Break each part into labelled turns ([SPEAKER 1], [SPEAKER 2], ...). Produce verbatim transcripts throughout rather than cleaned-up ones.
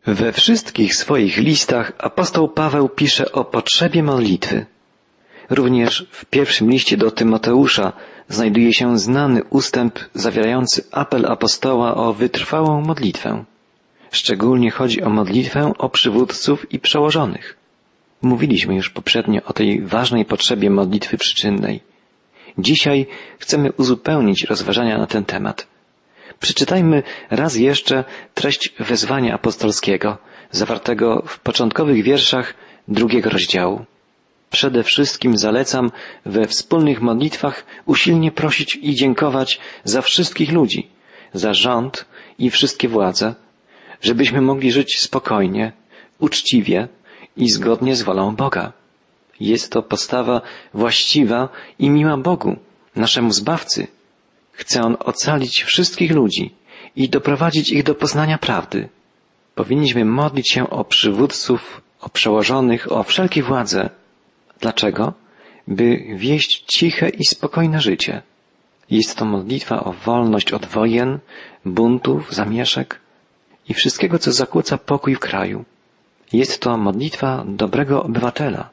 [SPEAKER 1] We wszystkich swoich listach apostoł Paweł pisze o potrzebie modlitwy. Również w pierwszym liście do Tymoteusza znajduje się znany ustęp zawierający apel apostoła o wytrwałą modlitwę. Szczególnie chodzi o modlitwę o przywódców i przełożonych. Mówiliśmy już poprzednio o tej ważnej potrzebie modlitwy przyczynnej. Dzisiaj chcemy uzupełnić rozważania na ten temat. Przeczytajmy raz jeszcze treść wezwania apostolskiego, zawartego w początkowych wierszach drugiego rozdziału. Przede wszystkim zalecam we wspólnych modlitwach usilnie prosić i dziękować za wszystkich ludzi, za rząd i wszystkie władze, żebyśmy mogli żyć spokojnie, uczciwie i zgodnie z wolą Boga. Jest to postawa właściwa i miła Bogu, naszemu Zbawcy. Chce On ocalić wszystkich ludzi i doprowadzić ich do poznania prawdy. Powinniśmy modlić się o przywódców, o przełożonych, o wszelkie władze. Dlaczego? By wieść ciche i spokojne życie. Jest to modlitwa o wolność od wojen, buntów, zamieszek i wszystkiego, co zakłóca pokój w kraju. Jest to modlitwa dobrego obywatela.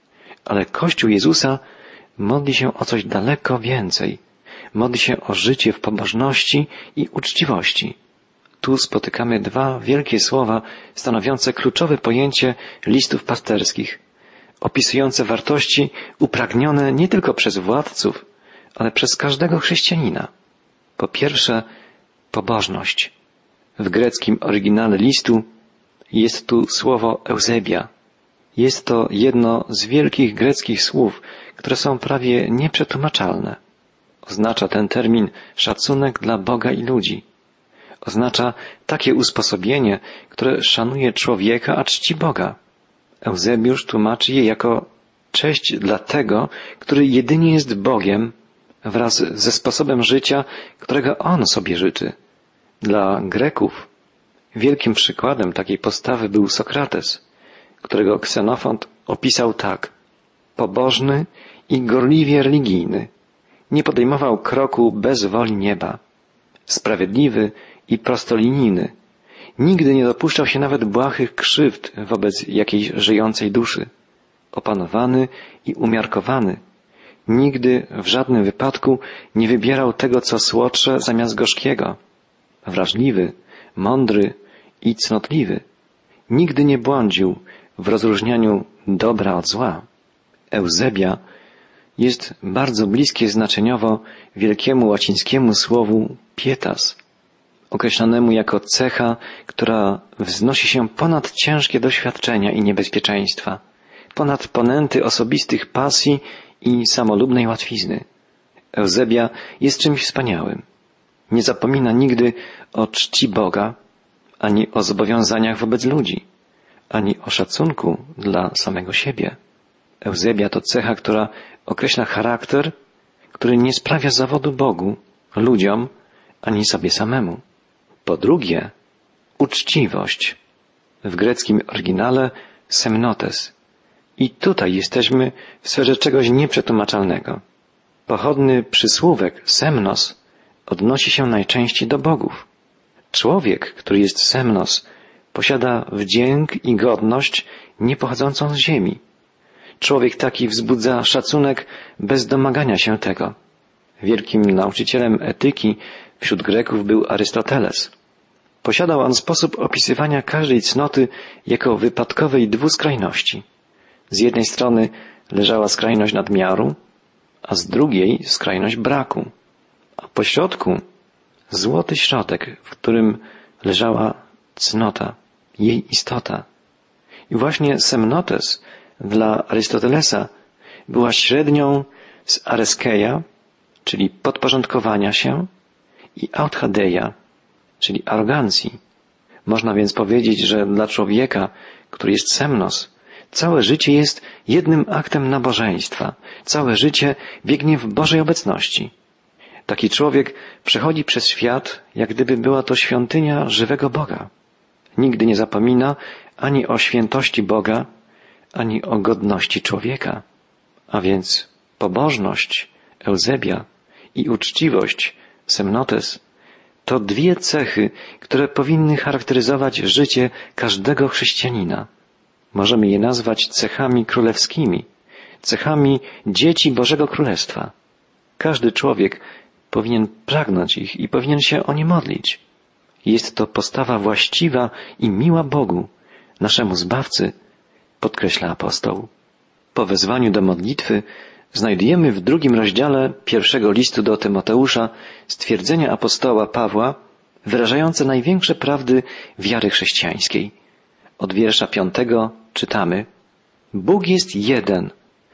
[SPEAKER 1] Ale Kościół Jezusa modli się o coś daleko więcej. Modli się o życie w pobożności i uczciwości. Tu spotykamy dwa wielkie słowa stanowiące kluczowe pojęcie listów pasterskich, opisujące wartości upragnione nie tylko przez władców, ale przez każdego chrześcijanina. Po pierwsze, pobożność. W greckim oryginale listu jest tu słowo eusebia. Jest to jedno z wielkich greckich słów, które są prawie nieprzetłumaczalne. Oznacza ten termin szacunek dla Boga i ludzi. Oznacza takie usposobienie, które szanuje człowieka, a czci Boga. Eusebiusz tłumaczy je jako cześć dla tego, który jedynie jest Bogiem wraz ze sposobem życia, którego On sobie życzy. Dla Greków wielkim przykładem takiej postawy był Sokrates, którego Ksenofont opisał tak: pobożny i gorliwie religijny, nie podejmował kroku bez woli nieba, sprawiedliwy i prostolinijny, nigdy nie dopuszczał się nawet błahych krzywd wobec jakiejś żyjącej duszy, opanowany i umiarkowany, nigdy w żadnym wypadku nie wybierał tego, co słodsze zamiast gorzkiego, wrażliwy, mądry i cnotliwy, nigdy nie błądził w rozróżnianiu dobra od zła. Eusebia jest bardzo bliskie znaczeniowo wielkiemu łacińskiemu słowu pietas, określanemu jako cecha, która wznosi się ponad ciężkie doświadczenia i niebezpieczeństwa, ponad ponęty osobistych pasji i samolubnej łatwizny. Eusebia jest czymś wspaniałym. Nie zapomina nigdy o czci Boga, ani o zobowiązaniach wobec ludzi, ani o szacunku dla samego siebie. Eusebia to cecha, która określa charakter, który nie sprawia zawodu Bogu, ludziom, ani sobie samemu. Po drugie, uczciwość. W greckim oryginale semnotes. I tutaj jesteśmy w sferze czegoś nieprzetłumaczalnego. Pochodny przysłówek semnos odnosi się najczęściej do bogów. Człowiek, który jest semnos, posiada wdzięk i godność niepochodzącą z ziemi. Człowiek taki wzbudza szacunek bez domagania się tego. Wielkim nauczycielem etyki wśród Greków był Arystoteles. Posiadał on sposób opisywania każdej cnoty jako wypadkowej dwuskrajności. Z jednej strony leżała skrajność nadmiaru, a z drugiej skrajność braku. A pośrodku złoty środek, w którym leżała cnota, jej istota. I właśnie semnotes dla Arystotelesa była średnią z areskeia, czyli podporządkowania się, i authadeia, czyli arogancji. Można więc powiedzieć, że dla człowieka, który jest semnos, całe życie jest jednym aktem nabożeństwa. Całe życie biegnie w Bożej obecności. Taki człowiek przechodzi przez świat, jak gdyby była to świątynia żywego Boga. Nigdy nie zapomina ani o świętości Boga, ani o godności człowieka. A więc pobożność, eusebia i uczciwość, semnotes, To dwie cechy, które powinny charakteryzować życie każdego chrześcijanina. Możemy je nazwać cechami królewskimi, cechami dzieci Bożego Królestwa. Każdy człowiek powinien pragnąć ich i powinien się o nie modlić. Jest to postawa właściwa i miła Bogu, naszemu Zbawcy, podkreśla apostoł. Po wezwaniu do modlitwy znajdujemy w drugim rozdziale pierwszego listu do Tymoteusza stwierdzenia apostoła Pawła wyrażające największe prawdy wiary chrześcijańskiej. Od wiersza piątego czytamy: Bóg jest jeden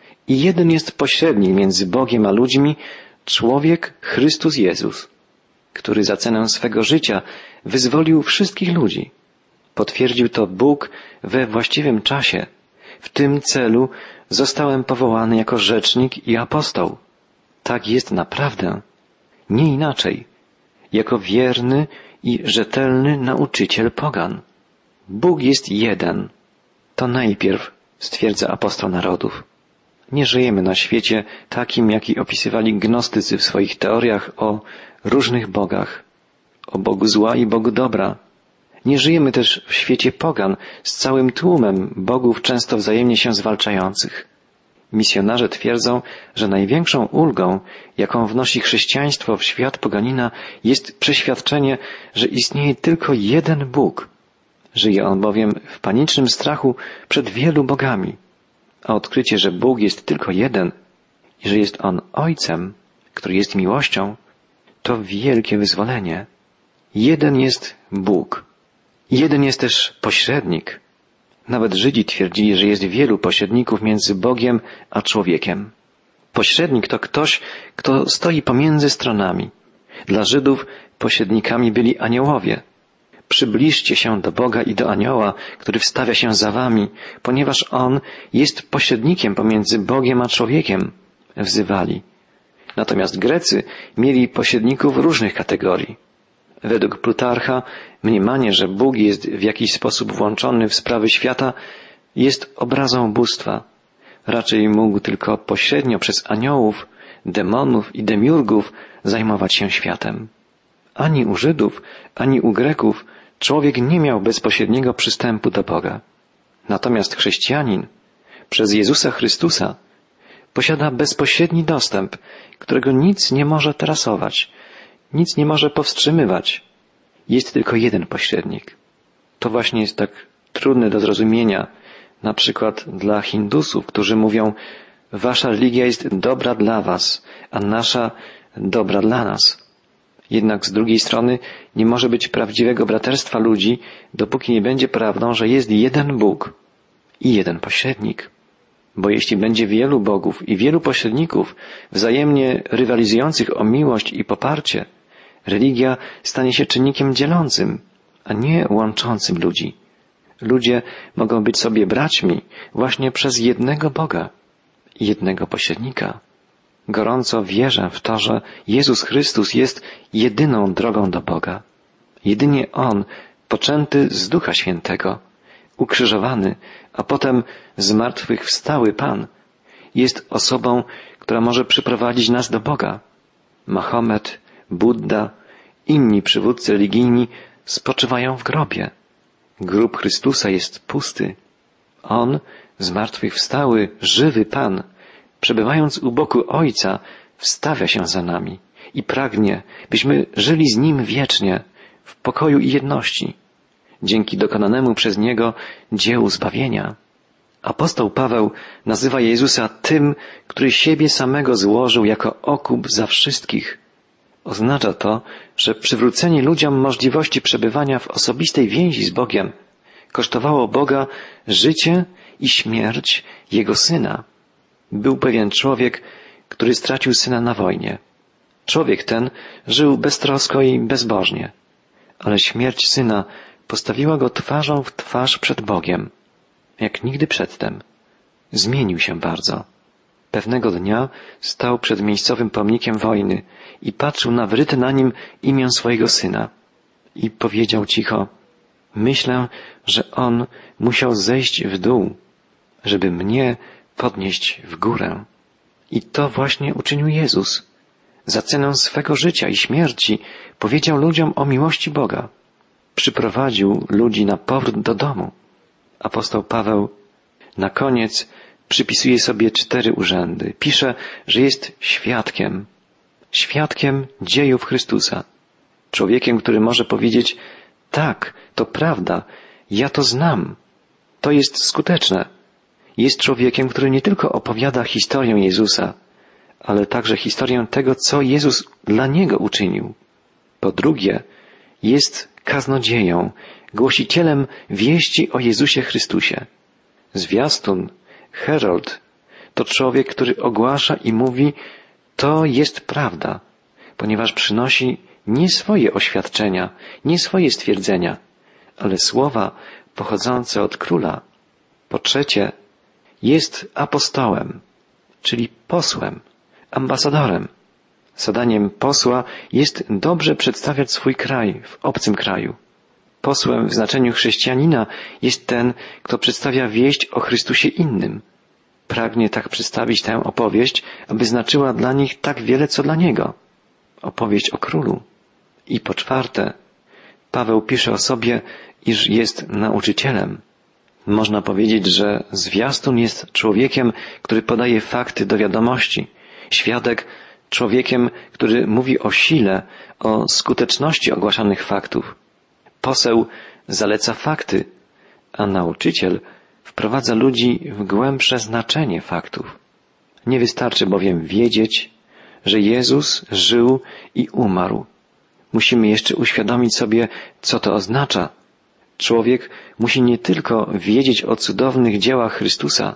[SPEAKER 1] i jeden jest pośrednik między Bogiem a ludźmi, człowiek Chrystus Jezus, który za cenę swego życia wyzwolił wszystkich ludzi. Potwierdził to Bóg we właściwym czasie. W tym celu zostałem powołany jako rzecznik i apostoł. Tak jest naprawdę, nie inaczej, jako wierny i rzetelny nauczyciel pogan. Bóg jest jeden. To najpierw, stwierdza apostoł narodów. Nie żyjemy na świecie takim, jaki opisywali gnostycy w swoich teoriach o różnych bogach, o Bogu zła i Bogu dobra. Nie żyjemy też w świecie pogan z całym tłumem bogów często wzajemnie się zwalczających. Misjonarze twierdzą, że największą ulgą, jaką wnosi chrześcijaństwo w świat poganina, jest przeświadczenie, że istnieje tylko jeden Bóg. Żyje on bowiem w panicznym strachu przed wielu bogami. A odkrycie, że Bóg jest tylko jeden i że jest On Ojcem, który jest miłością, to wielkie wyzwolenie. Jeden jest Bóg. Jeden jest też pośrednik. Nawet Żydzi twierdzili, że jest wielu pośredników między Bogiem a człowiekiem. Pośrednik to ktoś, kto stoi pomiędzy stronami. Dla Żydów pośrednikami byli aniołowie. Przybliżcie się do Boga i do anioła, który wstawia się za wami, ponieważ On jest pośrednikiem pomiędzy Bogiem a człowiekiem, wzywali. Natomiast Grecy mieli pośredników różnych kategorii. Według Plutarcha mniemanie, że Bóg jest w jakiś sposób włączony w sprawy świata, jest obrazą bóstwa. Raczej mógł tylko pośrednio przez aniołów, demonów i demiurgów zajmować się światem. Ani u Żydów, ani u Greków człowiek nie miał bezpośredniego przystępu do Boga. Natomiast chrześcijanin przez Jezusa Chrystusa posiada bezpośredni dostęp, którego nic nie może tarasować, nic nie może powstrzymywać. Jest tylko jeden pośrednik. To właśnie jest tak trudne do zrozumienia, na przykład dla Hindusów, którzy mówią: wasza religia jest dobra dla was, a nasza dobra dla nas. Jednak z drugiej strony nie może być prawdziwego braterstwa ludzi, dopóki nie będzie prawdą, że jest jeden Bóg i jeden pośrednik. Bo jeśli będzie wielu bogów i wielu pośredników wzajemnie rywalizujących o miłość i poparcie, religia stanie się czynnikiem dzielącym, a nie łączącym ludzi. Ludzie mogą być sobie braćmi właśnie przez jednego Boga i jednego pośrednika. Gorąco wierzę w to, że Jezus Chrystus jest jedyną drogą do Boga. Jedynie On, poczęty z Ducha Świętego, ukrzyżowany, a potem zmartwychwstały Pan, jest osobą, która może przyprowadzić nas do Boga. Mahomet, Budda, inni przywódcy religijni spoczywają w grobie. Grób Chrystusa jest pusty. On, zmartwychwstały, żywy Pan, przebywając u boku Ojca, wstawia się za nami i pragnie, byśmy żyli z Nim wiecznie, w pokoju i jedności, dzięki dokonanemu przez Niego dziełu zbawienia. Apostoł Paweł nazywa Jezusa tym, który siebie samego złożył jako okup za wszystkich. Oznacza to, że przywrócenie ludziom możliwości przebywania w osobistej więzi z Bogiem kosztowało Boga życie i śmierć Jego Syna. Był pewien człowiek, który stracił syna na wojnie. Człowiek ten żył beztrosko i bezbożnie, ale śmierć syna postawiła go twarzą w twarz przed Bogiem, jak nigdy przedtem. Zmienił się bardzo. Pewnego dnia stał przed miejscowym pomnikiem wojny i patrzył na wryte na nim imię swojego syna i powiedział cicho: myślę, że on musiał zejść w dół, żeby mnie podnieść w górę. I to właśnie uczynił Jezus. za cenę swego życia i śmierci powiedział ludziom o miłości Boga. Przyprowadził ludzi na powrót do domu. Apostoł Paweł na koniec przypisuje sobie cztery urzędy. Pisze, że jest świadkiem. Świadkiem dziejów Chrystusa. Człowiekiem, który może powiedzieć, tak, to prawda, ja to znam. To jest skuteczne. Jest człowiekiem, który nie tylko opowiada historię Jezusa, ale także historię tego, co Jezus dla niego uczynił. Po drugie, jest kaznodzieją, głosicielem wieści o Jezusie Chrystusie. Zwiastun, herold, to człowiek, który ogłasza i mówi, to jest prawda, ponieważ przynosi nie swoje oświadczenia, nie swoje stwierdzenia, ale słowa pochodzące od króla. Po trzecie, jest apostołem, czyli posłem, ambasadorem. Zadaniem posła jest dobrze przedstawiać swój kraj w obcym kraju. Posłem w znaczeniu chrześcijanina jest ten, kto przedstawia wieść o Chrystusie innym. Pragnie tak przedstawić tę opowieść, aby znaczyła dla nich tak wiele, co dla niego. Opowieść o królu. I po czwarte, Paweł pisze o sobie, iż jest nauczycielem. Można powiedzieć, że zwiastun jest człowiekiem, który podaje fakty do wiadomości. Świadek człowiekiem, który mówi o sile, o skuteczności ogłaszanych faktów. Poseł zaleca fakty, a nauczyciel wprowadza ludzi w głębsze znaczenie faktów. Nie wystarczy bowiem wiedzieć, że Jezus żył i umarł. Musimy jeszcze uświadomić sobie, co to oznacza. Człowiek musi nie tylko wiedzieć o cudownych dziełach Chrystusa,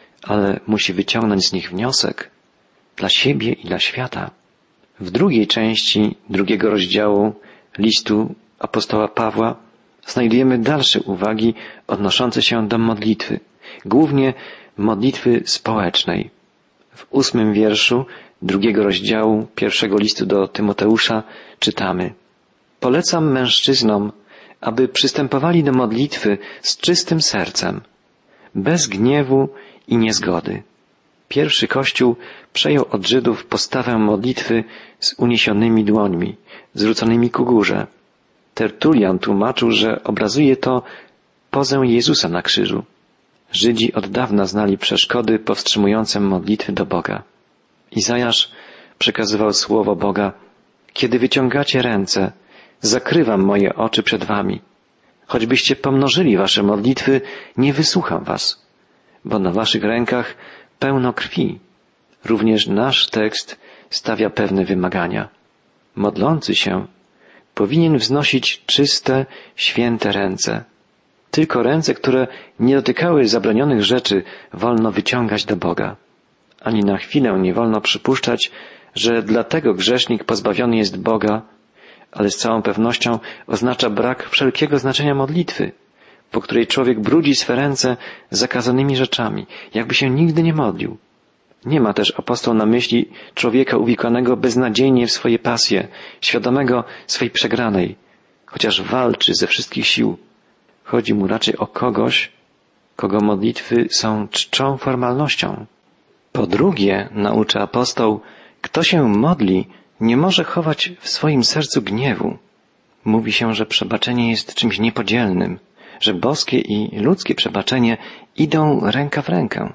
[SPEAKER 1] ale musi wyciągnąć z nich wniosek dla siebie i dla świata. W drugiej części drugiego rozdziału listu apostoła Pawła znajdujemy dalsze uwagi odnoszące się do modlitwy, głównie modlitwy społecznej. W ósmym wierszu drugiego rozdziału pierwszego listu do Tymoteusza czytamy: Polecam mężczyznom, aby przystępowali do modlitwy z czystym sercem, bez gniewu i niezgody. Pierwszy Kościół przejął od Żydów postawę modlitwy z uniesionymi dłońmi, zwróconymi ku górze. Tertulian tłumaczył, że obrazuje to pozę Jezusa na krzyżu. Żydzi od dawna znali przeszkody powstrzymujące modlitwy do Boga. Izajasz przekazywał słowo Boga: Kiedy wyciągacie ręce, zakrywam moje oczy przed wami. Choćbyście pomnożyli wasze modlitwy, nie wysłucham was, bo na waszych rękach pełno krwi. Również nasz tekst stawia pewne wymagania. Modlący się powinien wznosić czyste, święte ręce. Tylko ręce, które nie dotykały zabronionych rzeczy, wolno wyciągać do Boga. Ani na chwilę nie wolno przypuszczać, że dlatego grzesznik pozbawiony jest Boga, ale z całą pewnością oznacza brak wszelkiego znaczenia modlitwy, po której człowiek brudzi swe ręce zakazanymi rzeczami, jakby się nigdy nie modlił. Nie ma też apostoł na myśli człowieka uwikłanego beznadziejnie w swoje pasje, świadomego swej przegranej, chociaż walczy ze wszystkich sił. Chodzi mu raczej o kogoś, kogo modlitwy są czczą formalnością. Po drugie, naucza apostoł, kto się modli, nie może chować w swoim sercu gniewu. Mówi się, że przebaczenie jest czymś niepodzielnym, że boskie i ludzkie przebaczenie idą ręka w rękę.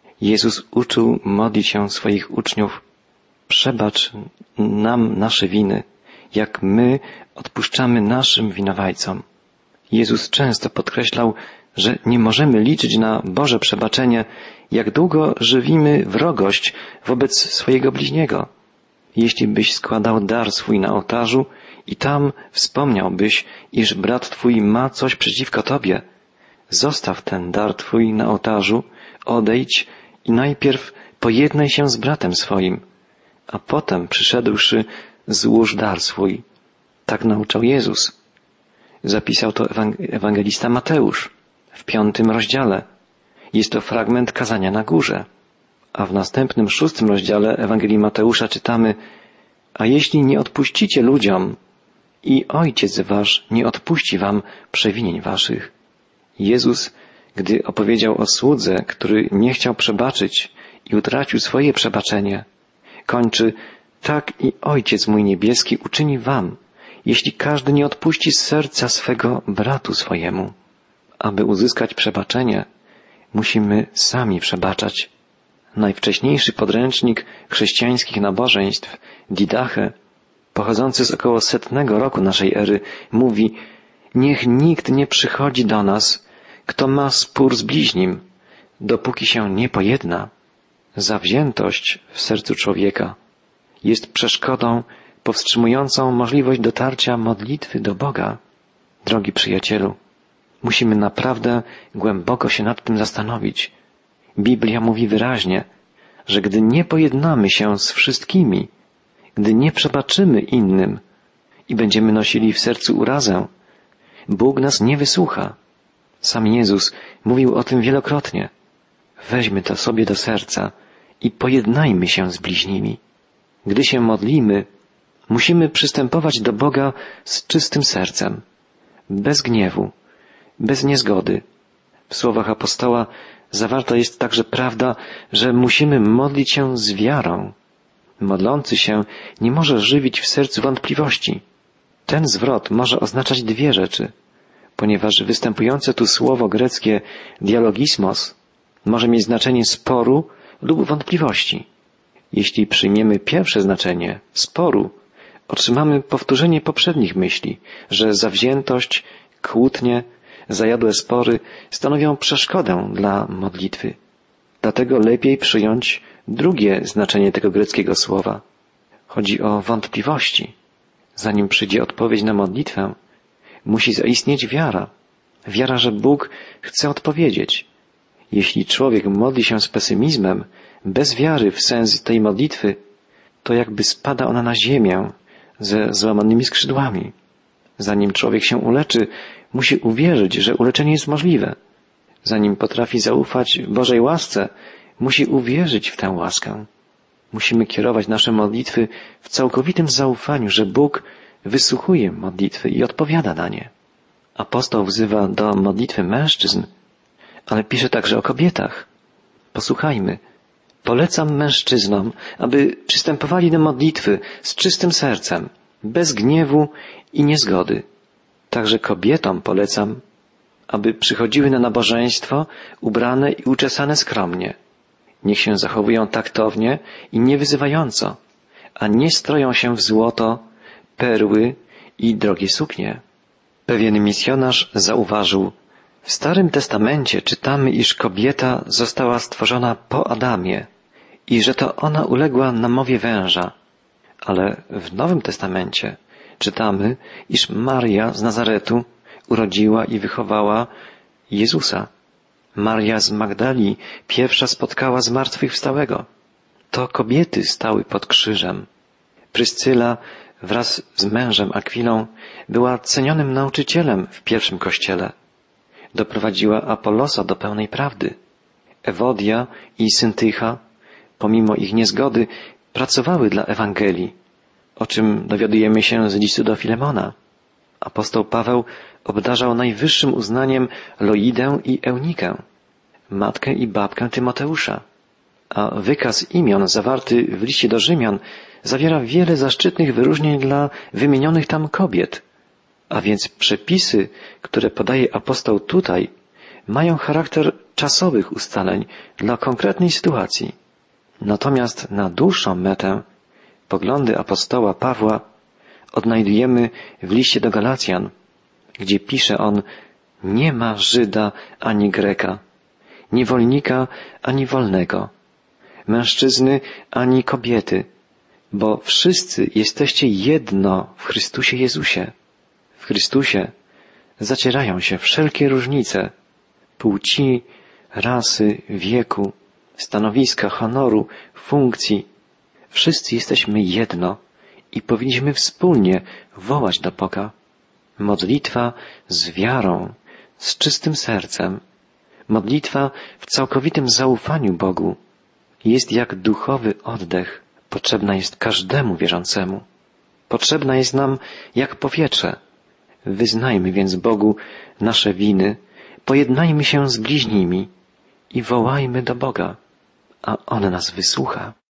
[SPEAKER 1] Jezus uczył modlić się swoich uczniów: przebacz nam nasze winy, jak my odpuszczamy naszym winowajcom. Jezus często podkreślał, że nie możemy liczyć na Boże przebaczenie, jak długo żywimy wrogość wobec swojego bliźniego. Jeśli byś składał dar swój na ołtarzu i tam wspomniałbyś, iż brat twój ma coś przeciwko tobie, zostaw ten dar twój na ołtarzu, odejdź i najpierw pojednaj się z bratem swoim, a potem przyszedłszy złóż dar swój. Tak nauczał Jezus. Zapisał to ewangelista Mateusz w piątym rozdziale. Jest to fragment kazania na górze. A w następnym szóstym rozdziale Ewangelii Mateusza czytamy: a jeśli nie odpuścicie ludziom, i Ojciec wasz nie odpuści wam przewinień waszych. Jezus, gdy opowiedział o słudze, który nie chciał przebaczyć i utracił swoje przebaczenie, kończy: tak i Ojciec mój niebieski uczyni wam, jeśli każdy nie odpuści z serca swego bratu swojemu. Aby uzyskać przebaczenie, musimy sami przebaczać. Najwcześniejszy podręcznik chrześcijańskich nabożeństw, Didache, pochodzący z około setnego roku naszej ery, mówi: niech nikt nie przychodzi do nas, kto ma spór z bliźnim, dopóki się nie pojedna. Zawziętość w sercu człowieka jest przeszkodą powstrzymującą możliwość dotarcia modlitwy do Boga. Drogi przyjacielu, musimy naprawdę głęboko się nad tym zastanowić. Biblia mówi wyraźnie, że gdy nie pojednamy się z wszystkimi, gdy nie przebaczymy innym i będziemy nosili w sercu urazę, Bóg nas nie wysłucha. Sam Jezus mówił o tym wielokrotnie. Weźmy to sobie do serca i pojednajmy się z bliźnimi. Gdy się modlimy, musimy przystępować do Boga z czystym sercem, bez gniewu, bez niezgody. W słowach apostoła zawarta jest także prawda, że musimy modlić się z wiarą. Modlący się nie może żywić w sercu wątpliwości. Ten zwrot może oznaczać dwie rzeczy, ponieważ występujące tu słowo greckie dialogismos może mieć znaczenie sporu lub wątpliwości. Jeśli przyjmiemy pierwsze znaczenie sporu, otrzymamy powtórzenie poprzednich myśli, że zawziętość, kłótnie, zajadłe spory stanowią przeszkodę dla modlitwy. Dlatego lepiej przyjąć drugie znaczenie tego greckiego słowa. Chodzi o wątpliwości. Zanim przyjdzie odpowiedź na modlitwę, musi zaistnieć wiara. Wiara, że Bóg chce odpowiedzieć. Jeśli człowiek modli się z pesymizmem, bez wiary w sens tej modlitwy, to jakby spada ona na ziemię ze złamanymi skrzydłami. Zanim człowiek się uleczy, musi uwierzyć, że uleczenie jest możliwe. Zanim potrafi zaufać Bożej łasce, musi uwierzyć w tę łaskę. Musimy kierować nasze modlitwy w całkowitym zaufaniu, że Bóg wysłuchuje modlitwy i odpowiada na nie. Apostoł wzywa do modlitwy mężczyzn, ale pisze także o kobietach. Posłuchajmy. Polecam mężczyznom, aby przystępowali do modlitwy z czystym sercem, bez gniewu i niezgody. Także kobietom polecam, aby przychodziły na nabożeństwo ubrane i uczesane skromnie. Niech się zachowują taktownie i niewyzywająco, a nie stroją się w złoto, perły i drogie suknie. Pewien misjonarz zauważył: w Starym Testamencie czytamy, iż kobieta została stworzona po Adamie i że to ona uległa namowie węża. Ale w Nowym Testamencie czytamy, iż Maria z Nazaretu urodziła i wychowała Jezusa. Maria z Magdali pierwsza spotkała zmartwychwstałego. To kobiety stały pod krzyżem. Pryscyla wraz z mężem Akwilą była cenionym nauczycielem w pierwszym kościele. Doprowadziła Apollosa do pełnej prawdy. Ewodia i Syntycha, pomimo ich niezgody, pracowały dla Ewangelii, o czym dowiadujemy się z listu do Filemona. Apostoł Paweł obdarzał najwyższym uznaniem Loidę i Eunikę, matkę i babkę Tymoteusza. A wykaz imion zawarty w liście do Rzymian zawiera wiele zaszczytnych wyróżnień dla wymienionych tam kobiet. A więc przepisy, które podaje apostoł tutaj, mają charakter czasowych ustaleń dla konkretnej sytuacji. Natomiast na dłuższą metę poglądy apostoła Pawła odnajdujemy w liście do Galacjan, gdzie pisze on: nie ma Żyda ani Greka, niewolnika ani wolnego, mężczyzny ani kobiety, bo wszyscy jesteście jedno w Chrystusie Jezusie. W Chrystusie zacierają się wszelkie różnice płci, rasy, wieku, stanowiska, honoru, funkcji. Wszyscy jesteśmy jedno i powinniśmy wspólnie wołać do Boga. Modlitwa z wiarą, z czystym sercem, modlitwa w całkowitym zaufaniu Bogu jest jak duchowy oddech. Potrzebna jest każdemu wierzącemu. Potrzebna jest nam jak powietrze. Wyznajmy więc Bogu nasze winy, pojednajmy się z bliźnimi i wołajmy do Boga, a On nas wysłucha.